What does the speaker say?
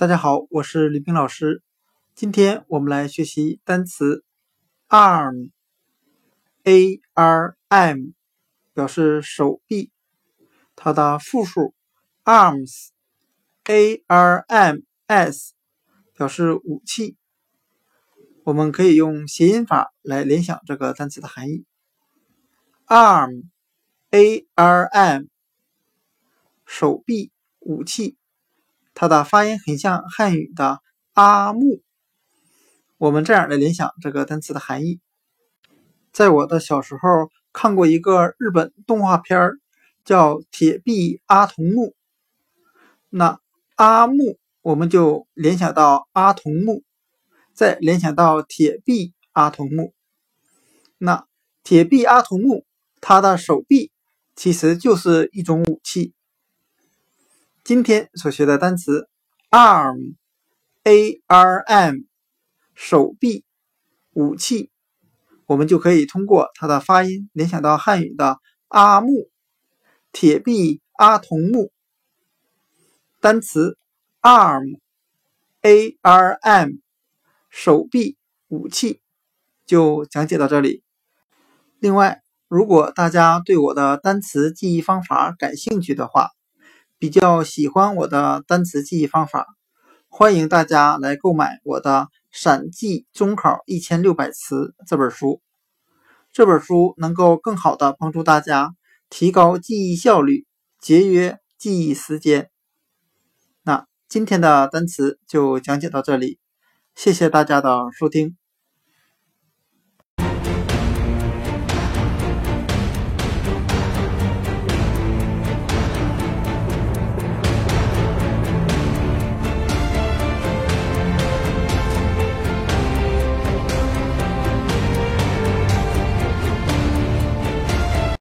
大家好，我是李冰老师。今天我们来学习单词 arm， 表示手臂，它的复数 arms， 表示武器。我们可以用谐音法来联想这个单词的含义。arm， 手臂，武器。它的发音很像汉语的阿木，我们这样来联想这个单词的含义。在我的小时候看过一个日本动画片叫《铁臂阿童木》，那阿木我们就联想到阿童木，再联想到铁臂阿童木。那铁臂阿童木它的手臂其实就是一种武器。今天所学的单词 arm， 手臂，武器，我们就可以通过它的发音联想到汉语的阿木，铁臂阿童木。单词 arm， 手臂，武器就讲解到这里。另外，如果大家对我的单词记忆方法感兴趣的话，比较喜欢我的单词记忆方法，欢迎大家来购买我的《闪记中考1600词》这本书。这本书能够更好的帮助大家提高记忆效率，节约记忆时间。那今天的单词就讲解到这里，谢谢大家的收听。